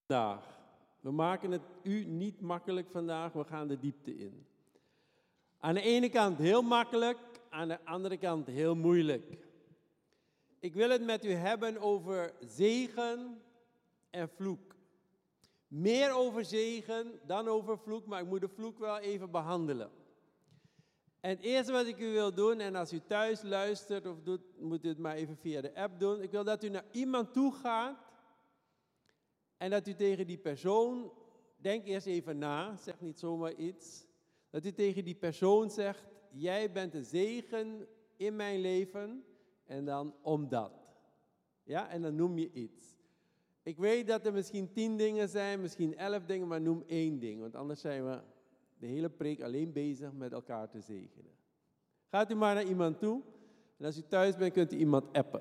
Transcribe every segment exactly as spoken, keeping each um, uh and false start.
vandaag. We maken het u niet makkelijk vandaag, we gaan de diepte in. Aan de ene kant heel makkelijk, aan de andere kant heel moeilijk. Ik wil het met u hebben over zegen en vloek. Meer over zegen dan over vloek, maar ik moet de vloek wel even behandelen. En het eerste wat ik u wil doen, en als u thuis luistert of doet, moet u het maar even via de app doen. Ik wil dat u naar iemand toe gaat en dat u tegen die persoon, denk eerst even na, zeg niet zomaar iets. Dat u tegen die persoon zegt, jij bent een zegen in mijn leven en dan omdat. Ja, en dan noem je iets. Ik weet dat er misschien tien dingen zijn, misschien elf dingen, maar noem één ding. Want anders zijn we de hele preek alleen bezig met elkaar te zegenen. Gaat u maar naar iemand toe. En als u thuis bent, kunt u iemand appen.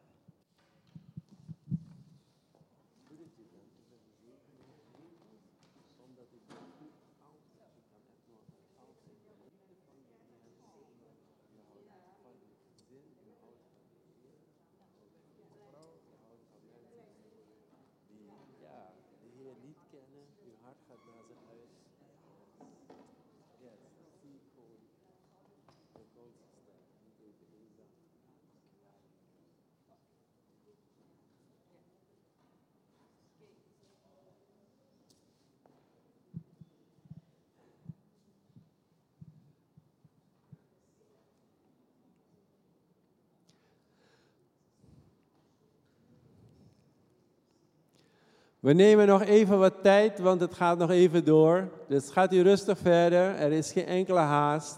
We nemen nog even wat tijd, want het gaat nog even door. Dus gaat u rustig verder, er is geen enkele haast.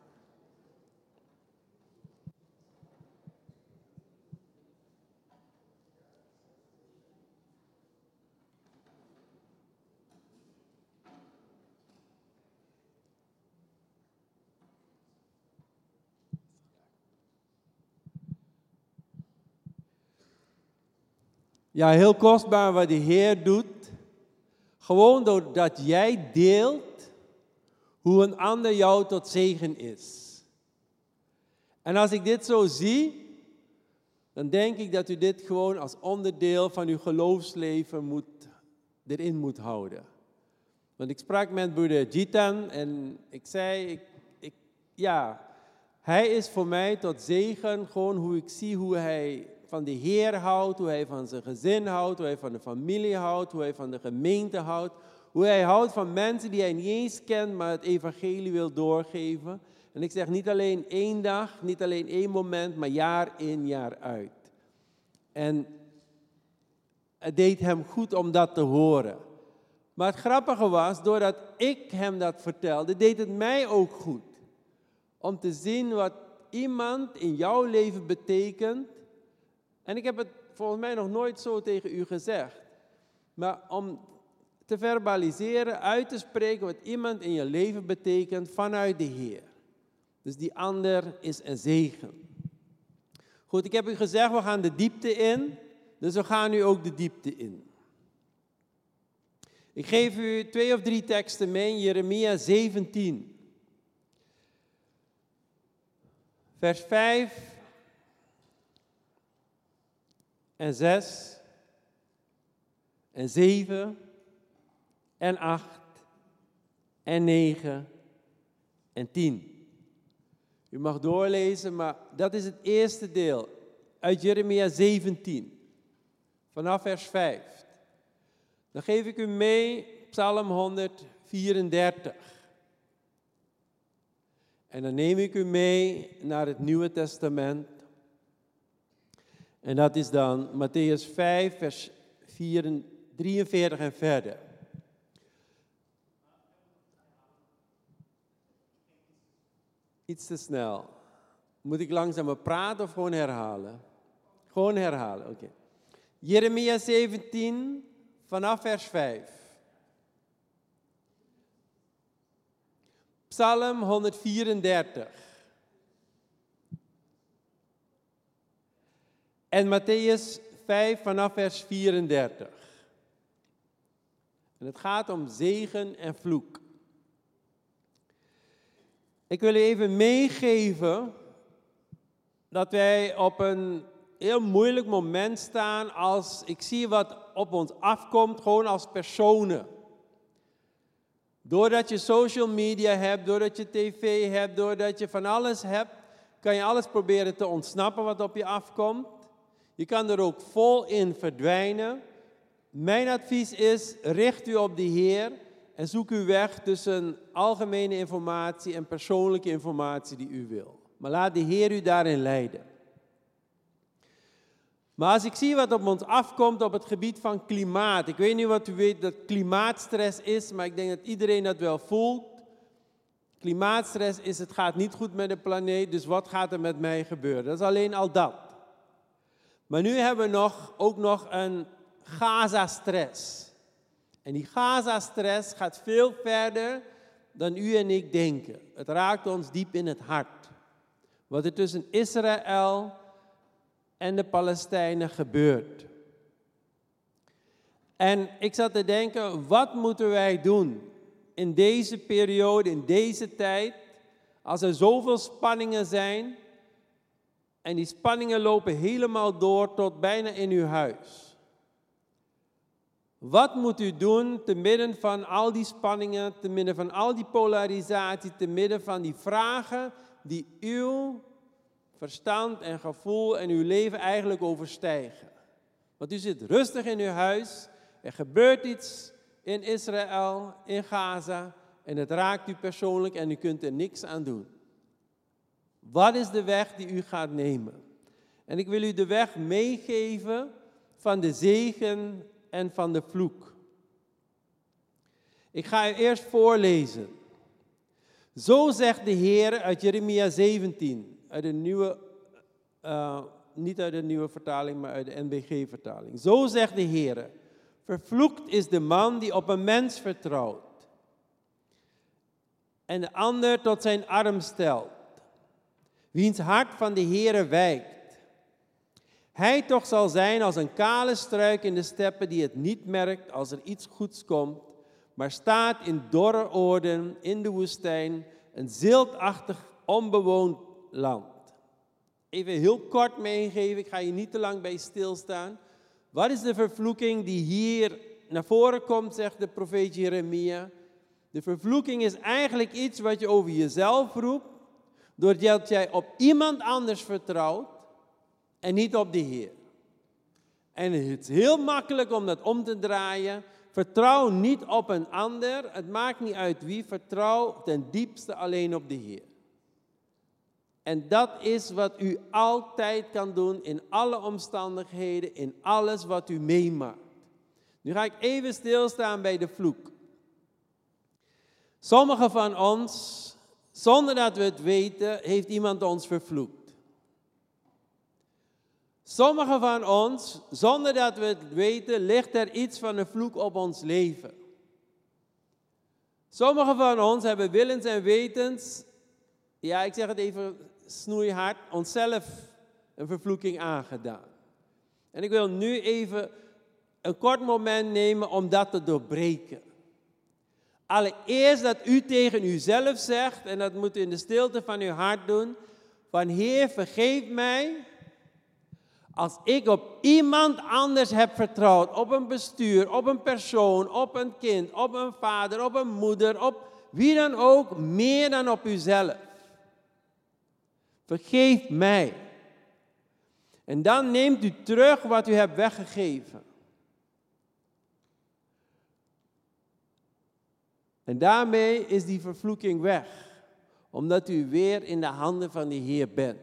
Ja, heel kostbaar wat de Heer doet. Gewoon doordat jij deelt hoe een ander jou tot zegen is. En als ik dit zo zie, dan denk ik dat u dit gewoon als onderdeel van uw geloofsleven moet, erin moet houden. Want ik sprak met broeder Jitan en ik zei, ik, ik, ja, hij is voor mij tot zegen, gewoon hoe ik zie hoe hij van de Heer houdt, hoe hij van zijn gezin houdt, hoe hij van de familie houdt, hoe hij van de gemeente houdt. Hoe hij houdt van mensen die hij niet eens kent, maar het evangelie wil doorgeven. En ik zeg niet alleen één dag, niet alleen één moment, maar jaar in, jaar uit. En het deed hem goed om dat te horen. Maar het grappige was, doordat ik hem dat vertelde, deed het mij ook goed. Om te zien wat iemand in jouw leven betekent. En ik heb het volgens mij nog nooit zo tegen u gezegd. Maar om te verbaliseren, uit te spreken wat iemand in je leven betekent vanuit de Heer. Dus die ander is een zegen. Goed, ik heb u gezegd, we gaan de diepte in. Dus we gaan nu ook de diepte in. Ik geef u twee of drie teksten mee in Jeremia zeventien. Vers vijf en zes en zeven en acht en negen en tien. U mag doorlezen, maar dat is het eerste deel uit Jeremia zeventien, vanaf vers vijf. Dan geef ik u mee Psalm honderdvierendertig. En dan neem ik u mee naar het Nieuwe Testament. En dat is dan Mattheüs vijf, vers drieënveertig en verder. Iets te snel. Moet ik langzamer praten of gewoon herhalen? Gewoon herhalen, oké. Okay. Jeremia zeventien, vanaf vers vijf. Psalm honderdvierendertig. En Mattheüs vijf, vanaf vers vierendertig. En het gaat om zegen en vloek. Ik wil u even meegeven dat wij op een heel moeilijk moment staan als ik zie wat op ons afkomt, gewoon als personen. Doordat je social media hebt, doordat je tv hebt, doordat je van alles hebt, kan je alles proberen te ontsnappen wat op je afkomt. Je kan er ook vol in verdwijnen. Mijn advies is, richt u op de Heer en zoek uw weg tussen algemene informatie en persoonlijke informatie die u wil. Maar laat de Heer u daarin leiden. Maar als ik zie wat op ons afkomt op het gebied van klimaat. Ik weet niet wat u weet dat klimaatstress is, maar ik denk dat iedereen dat wel voelt. Klimaatstress is, het gaat niet goed met de planeet, dus wat gaat er met mij gebeuren? Dat is alleen al dat. Maar nu hebben we nog, ook nog een Gaza-stress. En die Gaza-stress gaat veel verder dan u en ik denken. Het raakt ons diep in het hart. Wat er tussen Israël en de Palestijnen gebeurt. En ik zat te denken, wat moeten wij doen in deze periode, in deze tijd, als er zoveel spanningen zijn en die spanningen lopen helemaal door tot bijna in uw huis. Wat moet u doen te midden van al die spanningen, te midden van al die polarisatie, te midden van die vragen die uw verstand en gevoel en uw leven eigenlijk overstijgen? Want u zit rustig in uw huis, er gebeurt iets in Israël, in Gaza, en het raakt u persoonlijk en u kunt er niks aan doen. Wat is de weg die u gaat nemen? En ik wil u de weg meegeven van de zegen en van de vloek. Ik ga u eerst voorlezen. Zo zegt de Heer uit Jeremia zeventien, uit de nieuwe, uh, niet uit de nieuwe vertaling, maar uit de N B G-vertaling. Zo zegt de Heer, vervloekt is de man die op een mens vertrouwt en de ander tot zijn arm stelt, wiens hart van de Heere wijkt. Hij toch zal zijn als een kale struik in de steppen die het niet merkt als er iets goeds komt, maar staat in dorre oorden in de woestijn, een ziltachtig onbewoond land. Even heel kort meegeven, ik ga hier niet te lang bij stilstaan. Wat is de vervloeking die hier naar voren komt, zegt de profeet Jeremia? De vervloeking is eigenlijk iets wat je over jezelf roept, doordat jij op iemand anders vertrouwt en niet op de Heer. En het is heel makkelijk om dat om te draaien. Vertrouw niet op een ander, het maakt niet uit wie, vertrouw ten diepste alleen op de Heer. En dat is wat u altijd kan doen in alle omstandigheden, in alles wat u meemaakt. Nu ga ik even stilstaan bij de vloek. Sommigen van ons, zonder dat we het weten, heeft iemand ons vervloekt. Sommigen van ons, zonder dat we het weten, ligt er iets van een vloek op ons leven. Sommigen van ons hebben willens en wetens, ja, ik zeg het even snoeihard, onszelf een vervloeking aangedaan. En ik wil nu even een kort moment nemen om dat te doorbreken. Allereerst dat u tegen uzelf zegt, en dat moet u in de stilte van uw hart doen, van Heer, vergeef mij als ik op iemand anders heb vertrouwd, op een bestuur, op een persoon, op een kind, op een vader, op een moeder, op wie dan ook, meer dan op uzelf. Vergeef mij. En dan neemt u terug wat u hebt weggegeven. En daarmee is die vervloeking weg, omdat u weer in de handen van de Heer bent.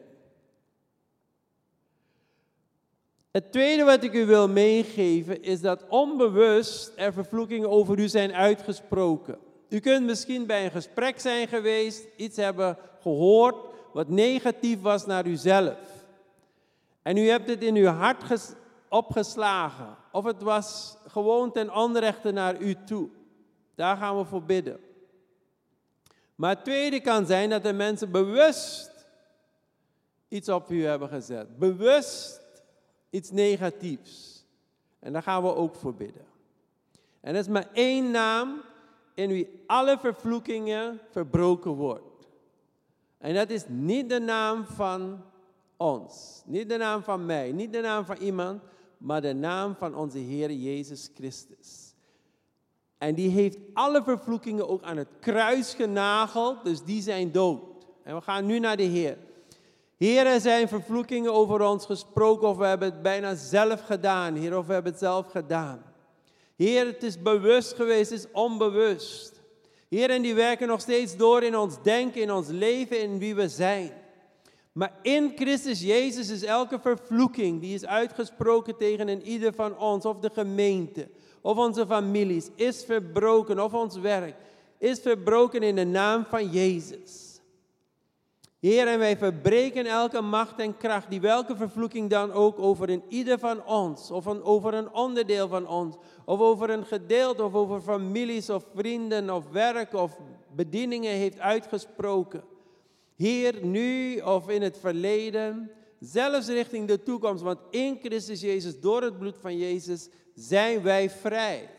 Het tweede wat ik u wil meegeven is dat onbewust er vervloekingen over u zijn uitgesproken. U kunt misschien bij een gesprek zijn geweest, iets hebben gehoord wat negatief was naar uzelf. En u hebt het in uw hart ges- opgeslagen. Of het was gewoon ten onrechte naar u toe. Daar gaan we voor bidden. Maar het tweede kan zijn dat de mensen bewust iets op u hebben gezet. Bewust iets negatiefs. En daar gaan we ook voor bidden. En er is maar één naam in wie alle vervloekingen verbroken wordt. En dat is niet de naam van ons. Niet de naam van mij, niet de naam van iemand, maar de naam van onze Heer Jezus Christus. En die heeft alle vervloekingen ook aan het kruis genageld, dus die zijn dood. En we gaan nu naar de Heer. Heer, er zijn vervloekingen over ons gesproken, of we hebben het bijna zelf gedaan, Heer, of we hebben het zelf gedaan. Heer, het is bewust geweest, het is onbewust. Heer, en die werken nog steeds door in ons denken, in ons leven, in wie we zijn. Maar in Christus Jezus is elke vervloeking die is uitgesproken tegen een ieder van ons, of de gemeente, of onze families, is verbroken, of ons werk, is verbroken in de naam van Jezus. Heer, en wij verbreken elke macht en kracht, die welke vervloeking dan ook over een ieder van ons, of een, over een onderdeel van ons, of over een gedeelte, of over families, of vrienden, of werk, of bedieningen heeft uitgesproken. Heer, nu of in het verleden, zelfs richting de toekomst, want in Christus Jezus, door het bloed van Jezus, zijn wij vrij.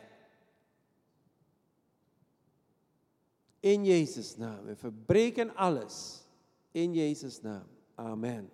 In Jezus' naam. We verbreken alles. In Jezus' naam. Amen.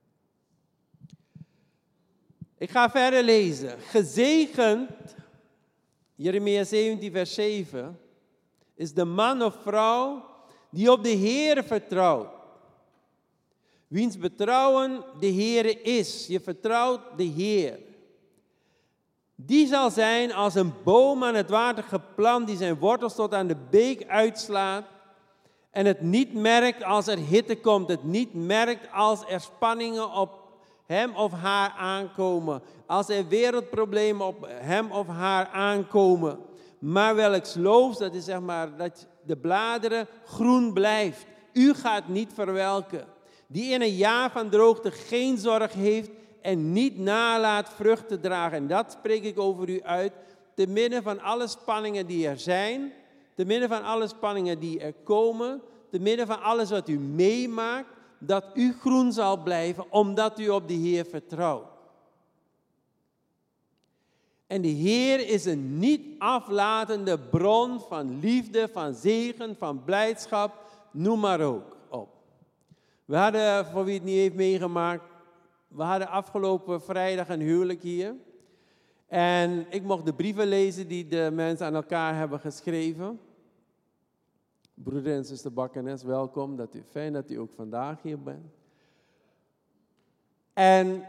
Ik ga verder lezen. Gezegend, Jeremia zeventien vers zeven, is de man of vrouw die op de Heer vertrouwt. Wiens betrouwen de Heer is. Je vertrouwt de Heer. Die zal zijn als een boom aan het water geplant die zijn wortels tot aan de beek uitslaat. En het niet merkt als er hitte komt. Het niet merkt als er spanningen op hem of haar aankomen. Als er wereldproblemen op hem of haar aankomen. Maar welks loof, dat is zeg maar dat de bladeren groen blijft. U gaat niet verwelken. Die in een jaar van droogte geen zorg heeft en niet nalaat vrucht te dragen. En dat spreek ik over u uit. Te midden van alle spanningen die er zijn. Te midden van alle spanningen die er komen. Te midden van alles wat u meemaakt. Dat u groen zal blijven omdat u op de Heer vertrouwt. En de Heer is een niet aflatende bron van liefde, van zegen, van blijdschap. Noem maar ook op. We hadden, voor wie het niet heeft meegemaakt, we hadden afgelopen vrijdag een huwelijk hier. En ik mocht de brieven lezen die de mensen aan elkaar hebben geschreven. Broeder en zuster Bakkenes, welkom. Dat u, fijn dat u ook vandaag hier bent. En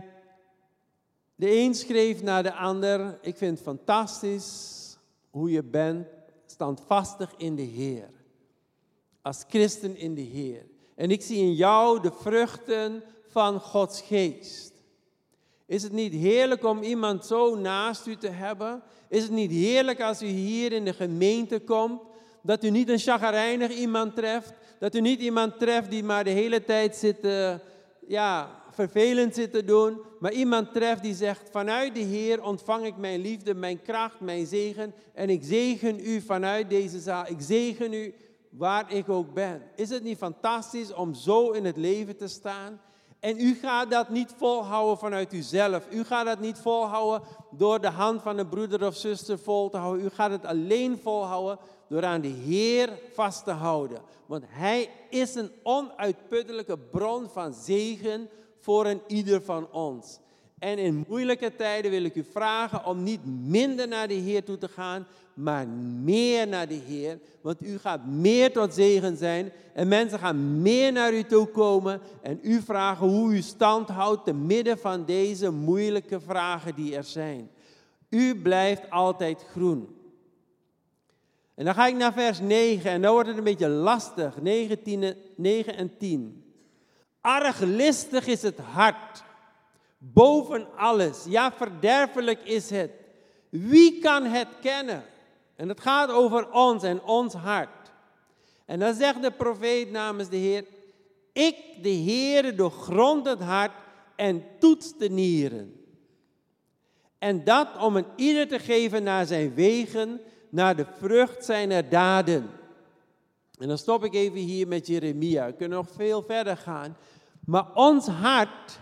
de een schreef naar de ander, ik vind het fantastisch hoe je bent, standvastig in de Heer. Als christen in de Heer. En ik zie in jou de vruchten van Gods geest. Is het niet heerlijk om iemand zo naast u te hebben? Is het niet heerlijk als u hier in de gemeente komt, dat u niet een chagrijnig iemand treft, dat u niet iemand treft die maar de hele tijd zit, uh, ja, vervelend zit te doen, maar iemand treft die zegt, vanuit de Heer ontvang ik mijn liefde, mijn kracht, mijn zegen en ik zegen u vanuit deze zaal, ik zegen u waar ik ook ben. Is het niet fantastisch om zo in het leven te staan? En u gaat dat niet volhouden vanuit uzelf. U gaat dat niet volhouden door de hand van een broeder of zuster vol te houden. U gaat het alleen volhouden door aan de Heer vast te houden. Want Hij is een onuitputtelijke bron van zegen voor een ieder van ons. En in moeilijke tijden wil ik u vragen om niet minder naar de Heer toe te gaan, maar meer naar de Heer. Want u gaat meer tot zegen zijn en mensen gaan meer naar u toe komen en u vragen hoe u stand houdt te midden van deze moeilijke vragen die er zijn. U blijft altijd groen. En dan ga ik naar vers negen en dan wordt het een beetje lastig, negen en tien. Arglistig is het hart, boven alles, ja verderfelijk is het. Wie kan het kennen? En het gaat over ons en ons hart. En dan zegt de profeet namens de Heer, ik de Heere doorgrond het hart en toets de nieren. En dat om een ieder te geven naar zijn wegen, naar de vrucht zijner daden. En dan stop ik even hier met Jeremia. We kunnen nog veel verder gaan. Maar ons hart,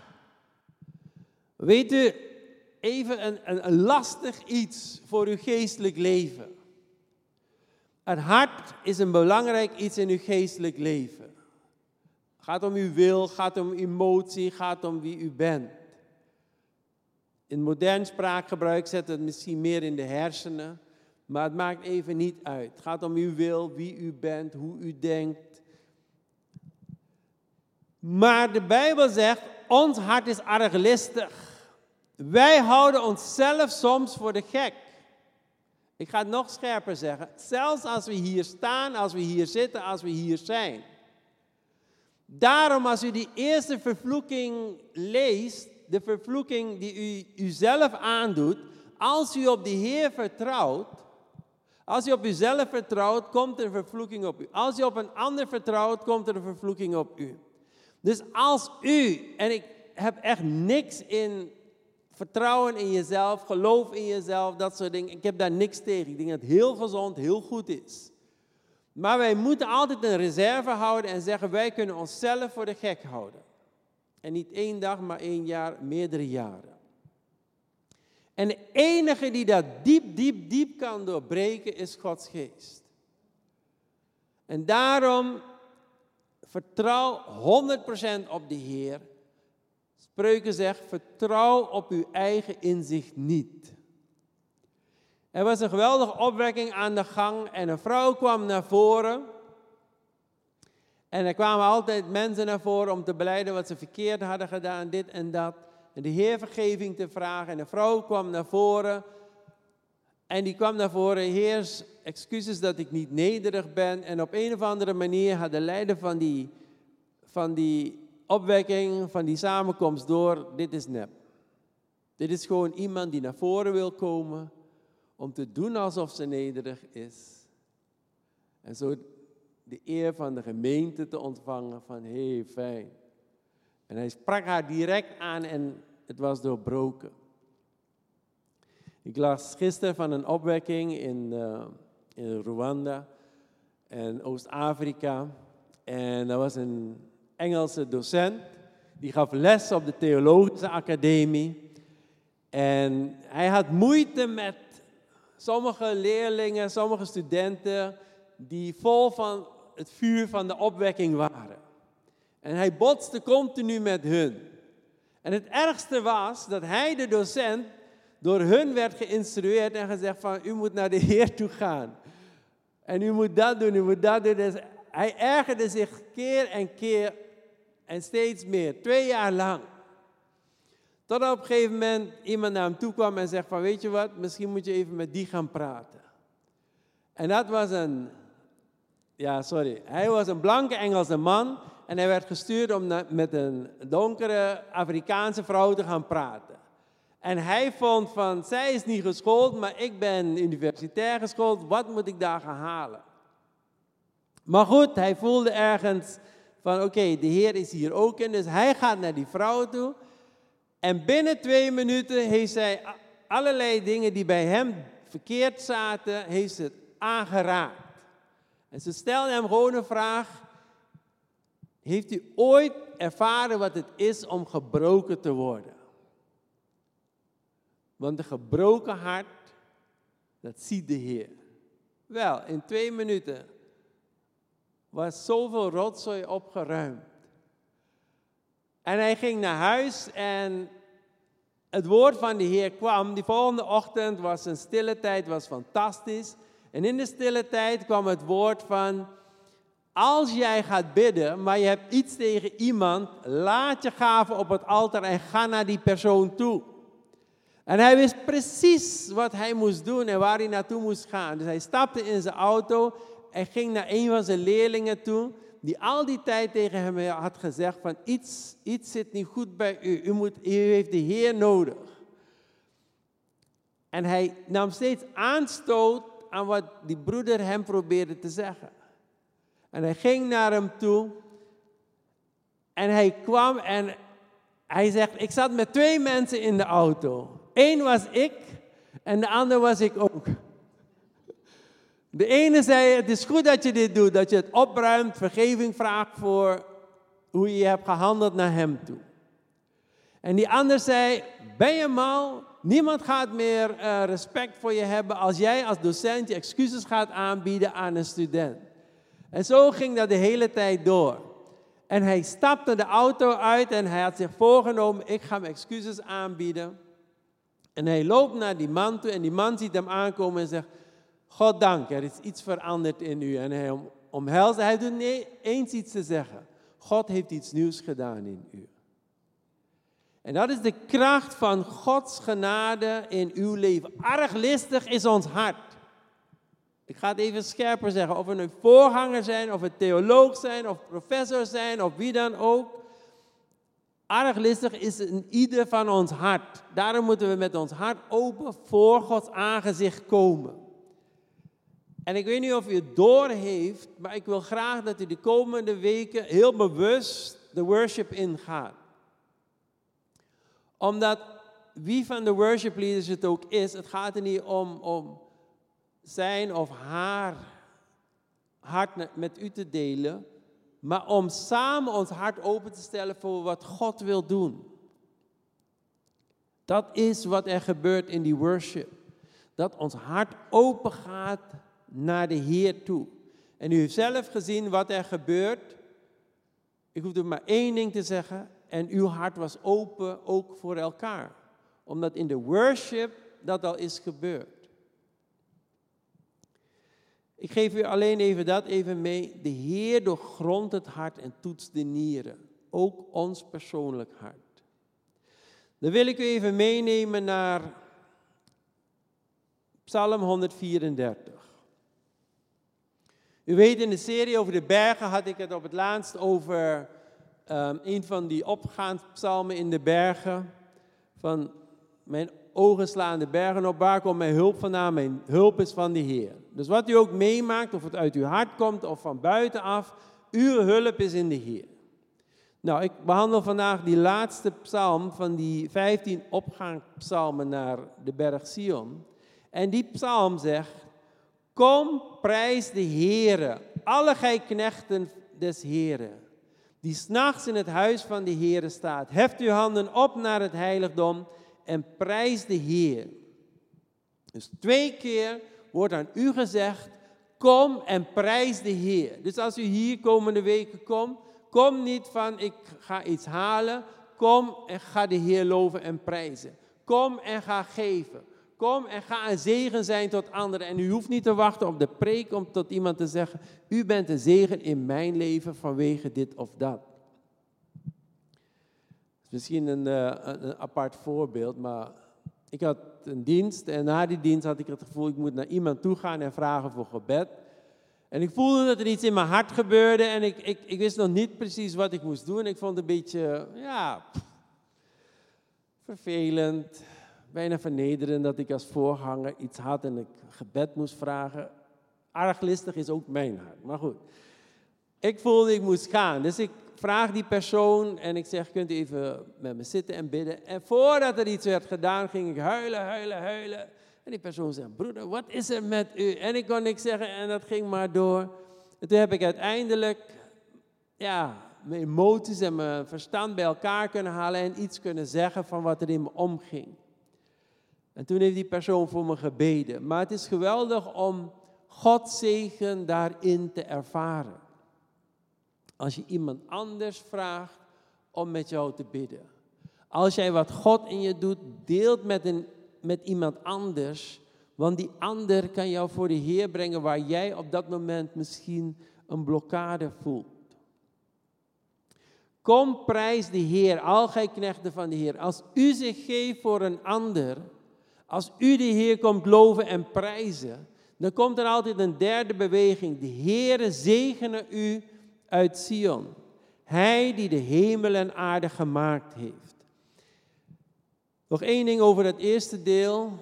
weet u, even een, een, een lastig iets voor uw geestelijk leven. Het hart is een belangrijk iets in uw geestelijk leven. Gaat om uw wil, gaat om emotie, gaat om wie u bent. In modern spraakgebruik zet het misschien meer in de hersenen, maar het maakt even niet uit. Het gaat om uw wil, wie u bent, hoe u denkt. Maar de Bijbel zegt, ons hart is erg listig. Wij houden onszelf soms voor de gek. Ik ga het nog scherper zeggen. Zelfs als we hier staan, als we hier zitten, als we hier zijn. Daarom als u die eerste vervloeking leest, de vervloeking die u uzelf aandoet, als u op de Heer vertrouwt, als u op uzelf vertrouwt, komt er een vervloeking op u. Als u op een ander vertrouwt, komt er een vervloeking op u. Dus als u, en ik heb echt niks in vertrouwen in jezelf, geloof in jezelf, dat soort dingen. Ik heb daar niks tegen. Ik denk dat het heel gezond, heel goed is. Maar wij moeten altijd een reserve houden en zeggen, wij kunnen onszelf voor de gek houden. En niet één dag, maar één jaar, meerdere jaren. En de enige die dat diep, diep, diep kan doorbreken, is Gods geest. En daarom vertrouw honderd procent op de Heer. Spreuken zegt, vertrouw op uw eigen inzicht niet. Er was een geweldige opwekking aan de gang en een vrouw kwam naar voren. En er kwamen altijd mensen naar voren om te belijden wat ze verkeerd hadden gedaan, dit en dat. En de Heer vergeving te vragen. En de vrouw kwam naar voren. En die kwam naar voren, Heer, excuses dat ik niet nederig ben. En op een of andere manier had de leider van die, van die opwekking, van die samenkomst door, dit is nep. Dit is gewoon iemand die naar voren wil komen om te doen alsof ze nederig is. En zo de eer van de gemeente te ontvangen van, hé, hey, fijn. En hij sprak haar direct aan en het was doorbroken. Ik las gisteren van een opwekking in, uh, in Rwanda en Oost-Afrika. En er was een Engelse docent, die gaf les op de theologische academie. En hij had moeite met sommige leerlingen, sommige studenten, die vol van het vuur van de opwekking waren. En hij botste continu met hun. En het ergste was dat hij, de docent, door hun werd geïnstrueerd en gezegd van, u moet naar de Heer toe gaan. En u moet dat doen, u moet dat doen. Dus hij ergerde zich keer en keer en steeds meer, twee jaar lang. Tot op een gegeven moment iemand naar hem toe kwam en zegt van, weet je wat, misschien moet je even met die gaan praten. En dat was een, ja sorry, hij was een blanke Engelse man en hij werd gestuurd om na, met een donkere Afrikaanse vrouw te gaan praten. En hij vond van, zij is niet geschoold, maar ik ben universitair geschoold, wat moet ik daar gaan halen? Maar goed, hij voelde ergens van, oké, okay, de Heer is hier ook in, dus hij gaat naar die vrouw toe. En binnen twee minuten heeft zij allerlei dingen die bij hem verkeerd zaten, heeft ze het aangeraakt. En ze stelde hem gewoon een vraag, heeft u ooit ervaren wat het is om gebroken te worden? Want een gebroken hart, dat ziet de Heer. Wel, in twee minuten was zoveel rotzooi opgeruimd. En hij ging naar huis en het woord van de Heer kwam. Die volgende ochtend was een stille tijd, was fantastisch. En in de stille tijd kwam het woord van, als jij gaat bidden, maar je hebt iets tegen iemand, laat je gave op het altaar en ga naar die persoon toe. En hij wist precies wat hij moest doen en waar hij naartoe moest gaan. Dus hij stapte in zijn auto en ging naar een van zijn leerlingen toe, die al die tijd tegen hem had gezegd van iets, iets zit niet goed bij u. U, moet, u heeft de Heer nodig. En hij nam steeds aanstoot aan wat die broeder hem probeerde te zeggen. En hij ging naar hem toe en hij kwam en hij zegt, ik zat met twee mensen in de auto. Eén was ik en de ander was ik ook. De ene zei, het is goed dat je dit doet, dat je het opruimt, vergeving vraagt voor hoe je hebt gehandeld naar hem toe. En die ander zei, ben je mal? Niemand gaat meer uh, respect voor je hebben als jij als docent je excuses gaat aanbieden aan een student. En zo ging dat de hele tijd door. En hij stapte de auto uit en hij had zich voorgenomen, ik ga mijn excuses aanbieden. En hij loopt naar die man toe en die man ziet hem aankomen en zegt, God dank, er is iets veranderd in u. En hij om, omhelst, hij doet niet eens iets te zeggen. God heeft iets nieuws gedaan in u. En dat is de kracht van Gods genade in uw leven. Arglistig is ons hart. Ik ga het even scherper zeggen, of we een voorganger zijn, of we theoloog zijn, of professor zijn, of wie dan ook. Arglistig is in ieder van ons hart. Daarom moeten we met ons hart open voor Gods aangezicht komen. En ik weet niet of u het doorheeft, maar ik wil graag dat u de komende weken heel bewust de worship ingaat. Omdat wie van de worship leaders het ook is, het gaat er niet om, om zijn of haar hart met u te delen, maar om samen ons hart open te stellen voor wat God wil doen. Dat is wat er gebeurt in die worship. Dat ons hart open gaat naar de Heer toe. En u heeft zelf gezien wat er gebeurt. Ik hoef er maar één ding te zeggen. En uw hart was open ook voor elkaar. Omdat in de worship dat al is gebeurd. Ik geef u alleen even dat even mee. De Heer doorgrondt het hart en toetst de nieren. Ook ons persoonlijk hart. Dan wil ik u even meenemen naar Psalm honderdvierendertig. U weet, in de serie over de bergen had ik het op het laatst over um, een van die opgaanspsalmen in de bergen. Van mijn ogen slaan de bergen op, waar komt mijn hulp vandaan? Mijn hulp is van de Heer. Dus wat u ook meemaakt, of het uit uw hart komt of van buitenaf, uw hulp is in de Heer. Nou, ik behandel vandaag die laatste psalm van die vijftien opgaanspsalmen naar de berg Sion. En die psalm zegt, kom, prijs de Heere, alle gij knechten des Heeren, die 's nachts in het huis van de Heere staat. Heft uw handen op naar het heiligdom en prijs de Heer. Dus twee keer wordt aan u gezegd, kom en prijs de Heer. Dus als u hier komende weken komt, kom niet van ik ga iets halen. Kom en ga de Heer loven en prijzen. Kom en ga geven. Kom en ga een zegen zijn tot anderen. En u hoeft niet te wachten op de preek om tot iemand te zeggen, u bent een zegen in mijn leven vanwege dit of dat. Misschien een, een, een apart voorbeeld, maar ik had een dienst en na die dienst had ik het gevoel, ik moet naar iemand toe gaan en vragen voor gebed. En ik voelde dat er iets in mijn hart gebeurde en ik, ik, ik wist nog niet precies wat ik moest doen. Ik vond het een beetje, ja, pff, vervelend, bijna vernederend dat ik als voorganger iets had en ik gebed moest vragen. Arglistig is ook mijn hart, maar goed. Ik voelde ik moest gaan, dus ik vraag die persoon en ik zeg, kunt u even met me zitten en bidden. En voordat er iets werd gedaan, ging ik huilen, huilen, huilen. En die persoon zegt, broeder, wat is er met u? En ik kon niks zeggen en dat ging maar door. En toen heb ik uiteindelijk, ja, mijn emoties en mijn verstand bij elkaar kunnen halen en iets kunnen zeggen van wat er in me omging. En toen heeft die persoon voor me gebeden. Maar het is geweldig om Gods zegen daarin te ervaren. Als je iemand anders vraagt om met jou te bidden. Als jij wat God in je doet, deelt met, een, met iemand anders. Want die ander kan jou voor de Heer brengen waar jij op dat moment misschien een blokkade voelt. Kom, prijs de Heer, al gij knechten van de Heer. Als u zich geeft voor een ander, als u de Heer komt loven en prijzen, dan komt er altijd een derde beweging. De Heere zegene u uit Sion. Hij die de hemel en aarde gemaakt heeft. Nog één ding over het eerste deel.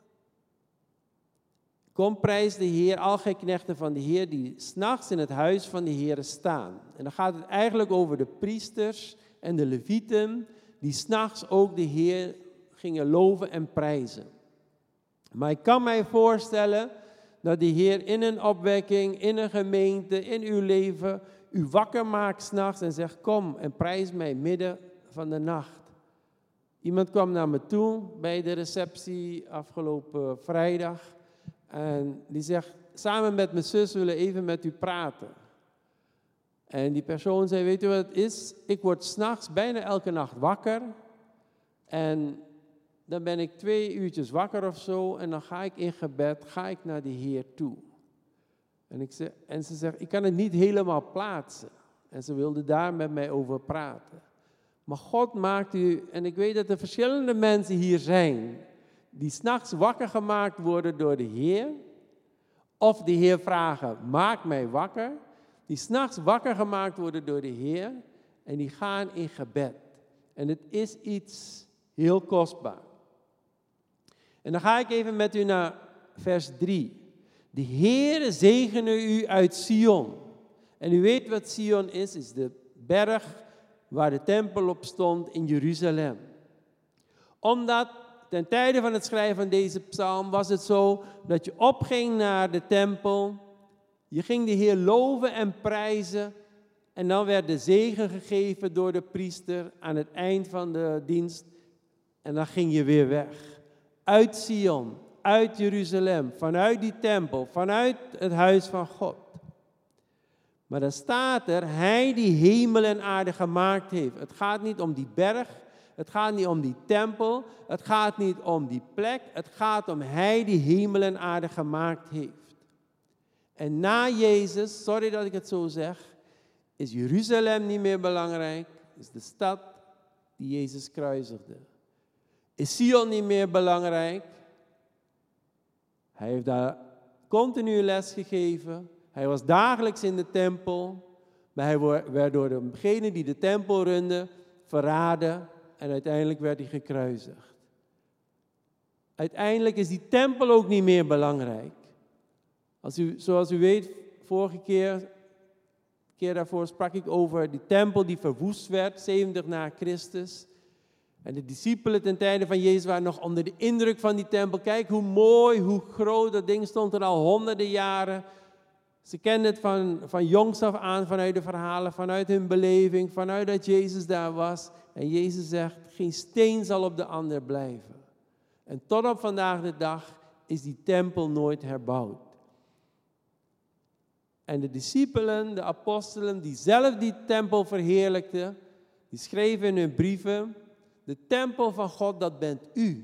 Kom, prijs de Heer, al gij knechten van de Heer, die 's nachts in het huis van de Heer staan. En dan gaat het eigenlijk over de priesters en de levieten, die 's nachts ook de Heer gingen loven en prijzen. Maar ik kan mij voorstellen dat de Heer in een opwekking, in een gemeente, in uw leven, u wakker maakt 's nachts en zegt, kom en prijs mij midden van de nacht. Iemand kwam naar me toe bij de receptie afgelopen vrijdag. En die zegt, samen met mijn zus willen we even met u praten. En die persoon zei, weet u wat het is? Ik word 's nachts bijna elke nacht wakker. En dan ben ik twee uurtjes wakker of zo. En dan ga ik in gebed, ga ik naar de Heer toe. En, ik zeg, en ze zegt, ik kan het niet helemaal plaatsen. En ze wilde daar met mij over praten. Maar God maakt u, en ik weet dat er verschillende mensen hier zijn, die 's nachts wakker gemaakt worden door de Heer. Of de Heer vragen, maak mij wakker. Die 's nachts wakker gemaakt worden door de Heer. En die gaan in gebed. En het is iets heel kostbaar. En dan ga ik even met u naar vers drie. De Heer zegene u uit Sion. En u weet wat Sion is, is de berg waar de tempel op stond in Jeruzalem. Omdat ten tijde van het schrijven van deze psalm was het zo dat je opging naar de tempel. Je ging de Heer loven en prijzen. En dan werd de zegen gegeven door de priester aan het eind van de dienst. En dan ging je weer weg. Uit Sion, uit Jeruzalem, vanuit die tempel, vanuit het huis van God. Maar dan staat er, hij die hemel en aarde gemaakt heeft. Het gaat niet om die berg, het gaat niet om die tempel, het gaat niet om die plek. Het gaat om hij die hemel en aarde gemaakt heeft. En na Jezus, sorry dat ik het zo zeg, is Jeruzalem niet meer belangrijk. Is de stad die Jezus kruisigde. Is Sion niet meer belangrijk? Hij heeft daar continu les gegeven. Hij was dagelijks in de tempel. Maar hij werd door degene die de tempel runde verraden. En uiteindelijk werd hij gekruisigd. Uiteindelijk is die tempel ook niet meer belangrijk. Als u, zoals u weet, vorige keer, keer daarvoor sprak ik over die tempel die verwoest werd, zeventig na Christus. En de discipelen ten tijde van Jezus waren nog onder de indruk van die tempel. Kijk hoe mooi, hoe groot, dat ding stond er al honderden jaren. Ze kenden het van, van jongs af aan, vanuit de verhalen, vanuit hun beleving, vanuit dat Jezus daar was. En Jezus zegt, geen steen zal op de ander blijven. En tot op vandaag de dag is die tempel nooit herbouwd. En de discipelen, de apostelen, die zelf die tempel verheerlijkten, die schreven in hun brieven, de tempel van God, dat bent u.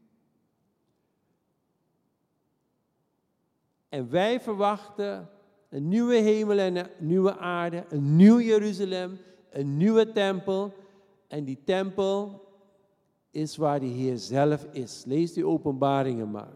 En wij verwachten een nieuwe hemel en een nieuwe aarde, een nieuw Jeruzalem, een nieuwe tempel. En die tempel is waar de Heer zelf is. Lees die Openbaringen maar.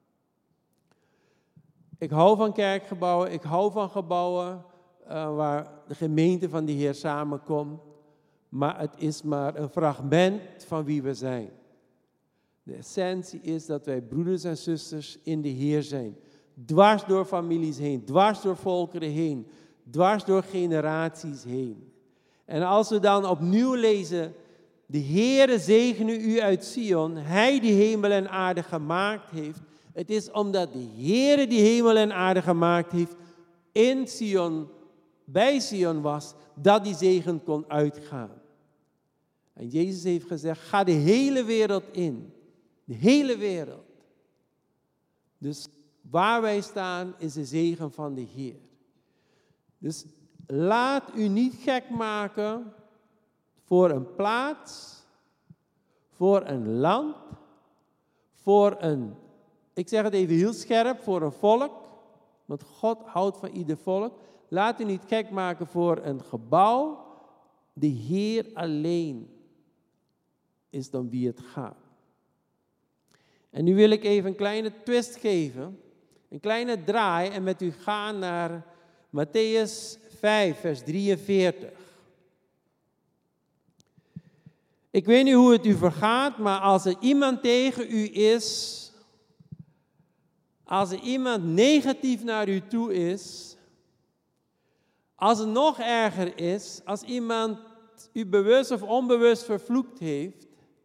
Ik hou van kerkgebouwen, ik hou van gebouwen uh, waar de gemeente van de Heer samenkomt. Maar het is maar een fragment van wie we zijn. De essentie is dat wij broeders en zusters in de Heer zijn. Dwars door families heen, dwars door volkeren heen, dwars door generaties heen. En als we dan opnieuw lezen, de Heere zegene u uit Sion, hij die hemel en aarde gemaakt heeft. Het is omdat de Heere die hemel en aarde gemaakt heeft, in Sion, bij Sion was, dat die zegen kon uitgaan. En Jezus heeft gezegd, ga de hele wereld in. De hele wereld. Dus waar wij staan is de zegen van de Heer. Dus laat u niet gek maken voor een plaats, voor een land, voor een, ik zeg het even heel scherp, voor een volk. Want God houdt van ieder volk. Laat u niet gek maken voor een gebouw. De Heer alleen is dan wie het gaat. En nu wil ik even een kleine twist geven. Een kleine draai en met u gaan naar Mattheüs vijf, vers drieënveertig. Ik weet niet hoe het u vergaat, maar als er iemand tegen u is, als er iemand negatief naar u toe is, als het nog erger is, als iemand u bewust of onbewust vervloekt heeft,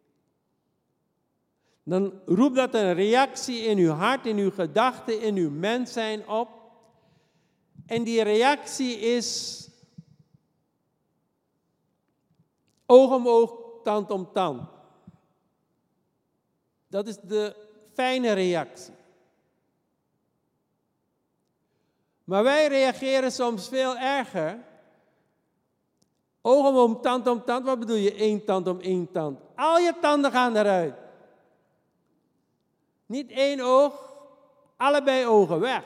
dan roept dat een reactie in uw hart, in uw gedachten, in uw mens zijn op. En die reactie is oog om oog, tand om tand. Dat is de fijne reactie. Maar wij reageren soms veel erger. Oog om oog, tand om tand. Wat bedoel je? Eén tand om één tand. Al je tanden gaan eruit. Niet één oog, allebei ogen weg.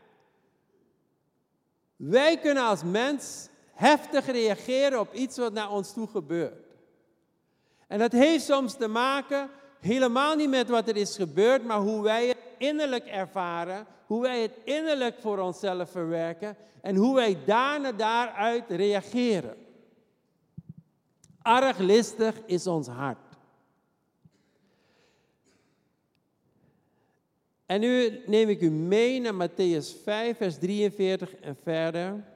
Wij kunnen als mens heftig reageren op iets wat naar ons toe gebeurt. En dat heeft soms te maken helemaal niet met wat er is gebeurd, maar hoe wij het innerlijk ervaren, hoe wij het innerlijk voor onszelf verwerken en hoe wij daarna daaruit reageren. Arglistig is ons hart. En nu neem ik u mee naar Mattheüs vijf, vers drieënveertig en verder.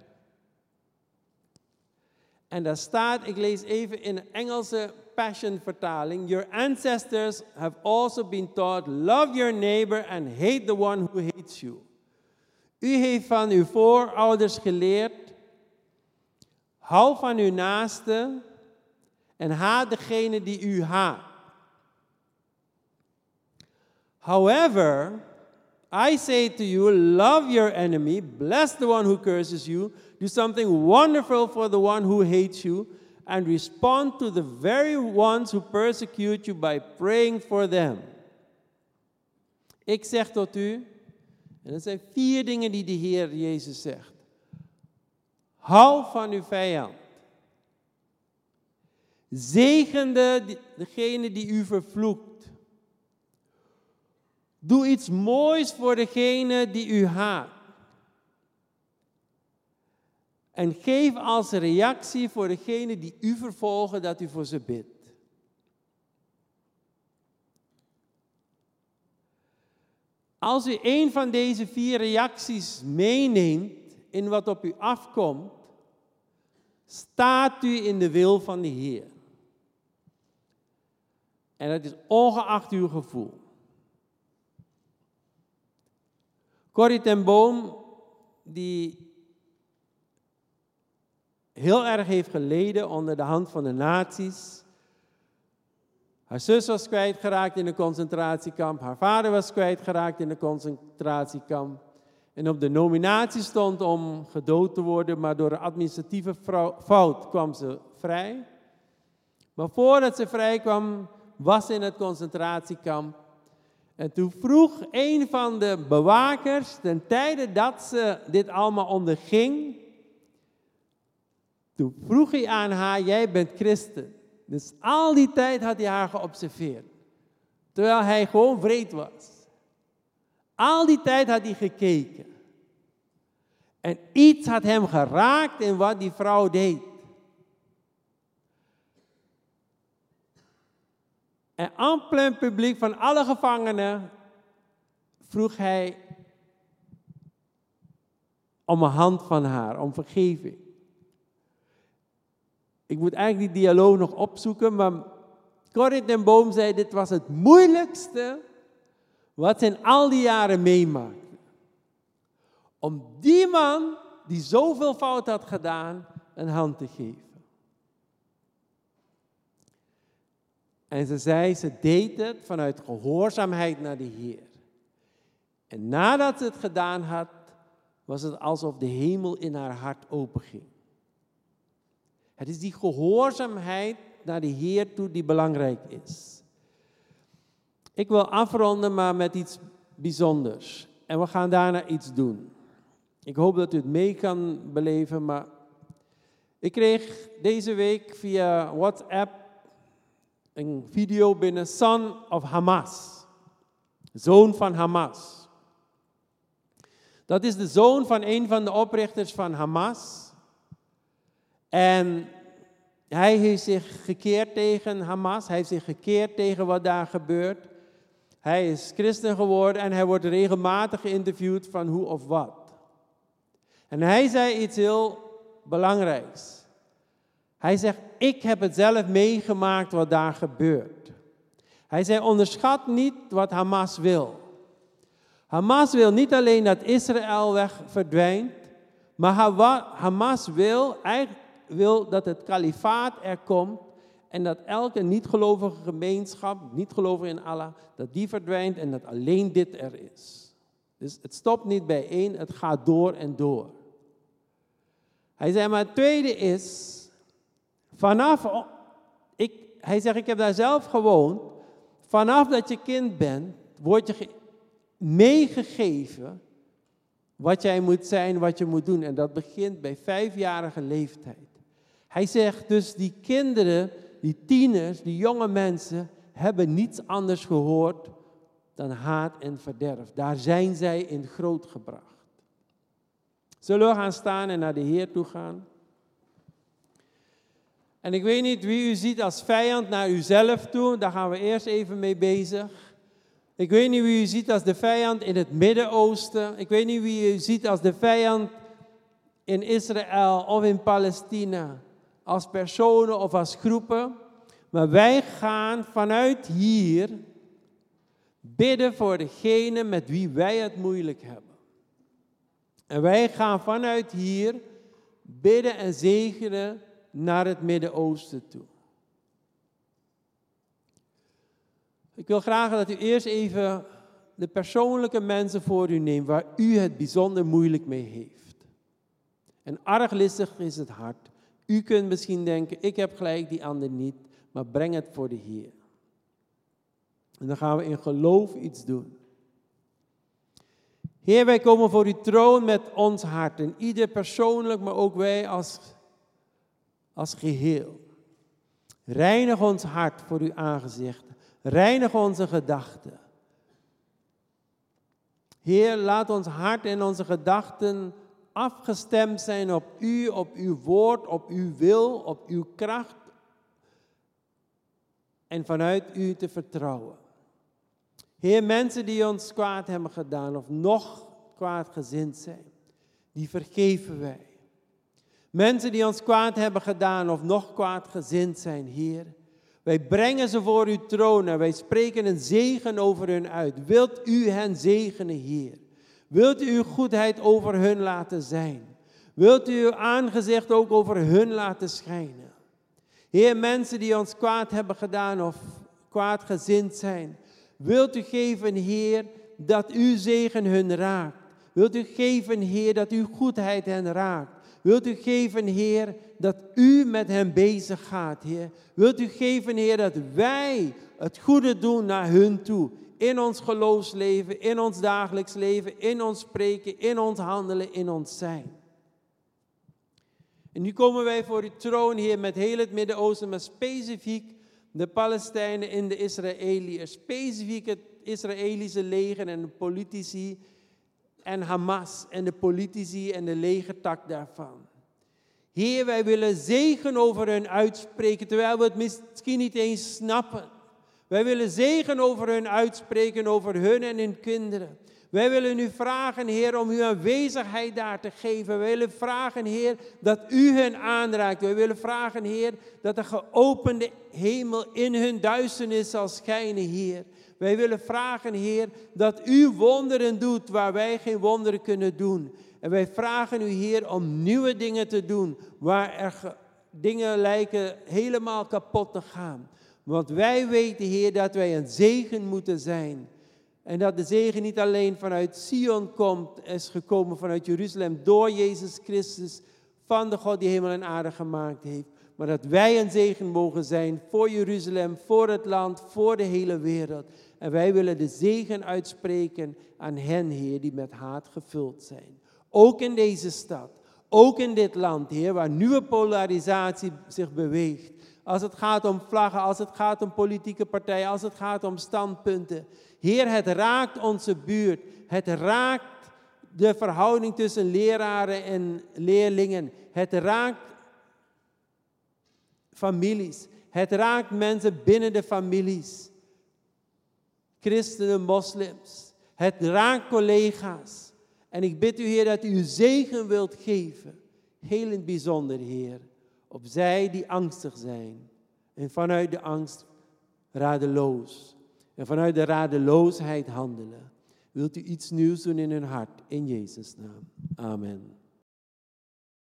En daar staat, ik lees even in de Engelse Passion vertaling. Your ancestors have also been taught, love your neighbor and hate the one who hates you. U heeft van uw voorouders geleerd, hou van uw naaste en haat degene die u haat. However, I say to you, love your enemy, bless the one who curses you, do something wonderful for the one who hates you, and respond to the very ones who persecute you by praying for them. Ik zeg tot u, en dat zijn vier dingen die de Heer Jezus zegt. Hou van uw vijand. Zegende degene die u vervloekt. Doe iets moois voor degene die u haat. En geef als reactie voor degene die u vervolgen dat u voor ze bidt. Als u een van deze vier reacties meeneemt in wat op u afkomt, staat u in de wil van de Heer. En dat is ongeacht uw gevoel. Corrie ten Boom, die heel erg heeft geleden onder de hand van de nazi's. Haar zus was kwijtgeraakt in een concentratiekamp. Haar vader was kwijtgeraakt in een concentratiekamp. En op de nominatie stond om gedood te worden, maar door een administratieve fout kwam ze vrij. Maar voordat ze vrij kwam, was ze in het concentratiekamp. En toen vroeg een van de bewakers, ten tijde dat ze dit allemaal onderging, toen vroeg hij aan haar, jij bent christen. Dus al die tijd had hij haar geobserveerd. Terwijl hij gewoon wreed was. Al die tijd had hij gekeken. En iets had hem geraakt in wat die vrouw deed. En aan plein publiek van alle gevangenen vroeg hij om een hand van haar, om vergeving. Ik moet eigenlijk die dialoog nog opzoeken, maar Corrie ten Boom zei, dit was het moeilijkste wat ze in al die jaren meemaakte. Om die man, die zoveel fout had gedaan, een hand te geven. En ze zei, ze deed het vanuit gehoorzaamheid naar de Heer. En nadat ze het gedaan had, was het alsof de hemel in haar hart openging. Het is die gehoorzaamheid naar de Heer toe die belangrijk is. Ik wil afronden, maar met iets bijzonders. En we gaan daarna iets doen. Ik hoop dat u het mee kan beleven, maar ik kreeg deze week via WhatsApp een video binnen, Son of Hamas. Zoon van Hamas. Dat is de zoon van een van de oprichters van Hamas. En hij heeft zich gekeerd tegen Hamas. Hij heeft zich gekeerd tegen wat daar gebeurt. Hij is christen geworden en hij wordt regelmatig geïnterviewd van hoe of wat. En hij zei iets heel belangrijks. Hij zegt, ik heb het zelf meegemaakt wat daar gebeurt. Hij zei, onderschat niet wat Hamas wil. Hamas wil niet alleen dat Israël weg verdwijnt, maar Hamas wil, wil dat het kalifaat er komt en dat elke niet-gelovige gemeenschap, niet-gelovige in Allah, dat die verdwijnt en dat alleen dit er is. Dus het stopt niet bij één, het gaat door en door. Hij zei, maar het tweede is, Vanaf, ik, hij zegt, ik heb daar zelf gewoond. Vanaf dat je kind bent, word je ge- meegegeven wat jij moet zijn, wat je moet doen. En dat begint bij vijfjarige leeftijd. Hij zegt dus, die kinderen, die tieners, die jonge mensen, hebben niets anders gehoord dan haat en verderf. Daar zijn zij in grootgebracht. Zullen we gaan staan en naar de Heer toe gaan? En ik weet niet wie u ziet als vijand naar uzelf toe. Daar gaan we eerst even mee bezig. Ik weet niet wie u ziet als de vijand in het Midden-Oosten. Ik weet niet wie u ziet als de vijand in Israël of in Palestina. Als personen of als groepen. Maar wij gaan vanuit hier bidden voor degene met wie wij het moeilijk hebben. En wij gaan vanuit hier bidden en zegenen naar het Midden-Oosten toe. Ik wil graag dat u eerst even de persoonlijke mensen voor u neemt waar u het bijzonder moeilijk mee heeft. En arglistig is het hart. U kunt misschien denken, ik heb gelijk, die ander niet, maar breng het voor de Heer. En dan gaan we in geloof iets doen. Heer, wij komen voor uw troon met ons hart. En ieder persoonlijk, maar ook wij als, als geheel. Reinig ons hart voor uw aangezicht. Reinig onze gedachten. Heer, laat ons hart en onze gedachten afgestemd zijn op u, op uw woord, op uw wil, op uw kracht. En vanuit u te vertrouwen. Heer, mensen die ons kwaad hebben gedaan of nog kwaadgezind zijn, die vergeven wij. Mensen die ons kwaad hebben gedaan of nog kwaadgezind zijn, Heer, wij brengen ze voor uw troon en wij spreken een zegen over hun uit. Wilt u hen zegenen, Heer? Wilt u uw goedheid over hun laten zijn? Wilt u uw aangezicht ook over hun laten schijnen? Heer, mensen die ons kwaad hebben gedaan of kwaadgezind zijn, wilt u geven, Heer, dat uw zegen hun raakt. Wilt u geven, Heer, dat uw goedheid hen raakt. Wilt u geven, Heer, dat u met hen bezig gaat, Heer. Wilt u geven, Heer, dat wij het goede doen naar hun toe. In ons geloofsleven, in ons dagelijks leven, in ons spreken, in ons handelen, in ons zijn. En nu komen wij voor uw troon, Heer, met heel het Midden-Oosten, maar specifiek de Palestijnen en de Israëliërs. Specifiek het Israëlische leger en de politici en Hamas en de politici en de legertak daarvan. Heer, wij willen zegen over hun uitspreken, terwijl we het misschien niet eens snappen. Wij willen zegen over hun uitspreken, over hun en hun kinderen. Wij willen u vragen, Heer, om uw aanwezigheid daar te geven. Wij willen vragen, Heer, dat u hen aanraakt. Wij willen vragen, Heer, dat de geopende hemel in hun duisternis zal schijnen, Heer. Wij willen vragen, Heer, dat u wonderen doet waar wij geen wonderen kunnen doen. En wij vragen u, Heer, om nieuwe dingen te doen, waar er ge- dingen lijken helemaal kapot te gaan. Want wij weten, Heer, dat wij een zegen moeten zijn. En dat de zegen niet alleen vanuit Sion komt, is gekomen vanuit Jeruzalem door Jezus Christus, van de God die hemel en aarde gemaakt heeft. Maar dat wij een zegen mogen zijn voor Jeruzalem, voor het land, voor de hele wereld. En wij willen de zegen uitspreken aan hen, Heer, die met haat gevuld zijn. Ook in deze stad, ook in dit land, Heer, waar nieuwe polarisatie zich beweegt. Als het gaat om vlaggen, als het gaat om politieke partijen, als het gaat om standpunten. Heer, het raakt onze buurt. Het raakt de verhouding tussen leraren en leerlingen. Het raakt families. Het raakt mensen binnen de families. Christenen, moslims. Het raakt collega's. En ik bid u, Heer, dat u uw zegen wilt geven. Heel in het bijzonder, Heer. Op zij die angstig zijn. En vanuit de angst radeloos. En vanuit de radeloosheid handelen. Wilt u iets nieuws doen in hun hart. In Jezus' naam. Amen.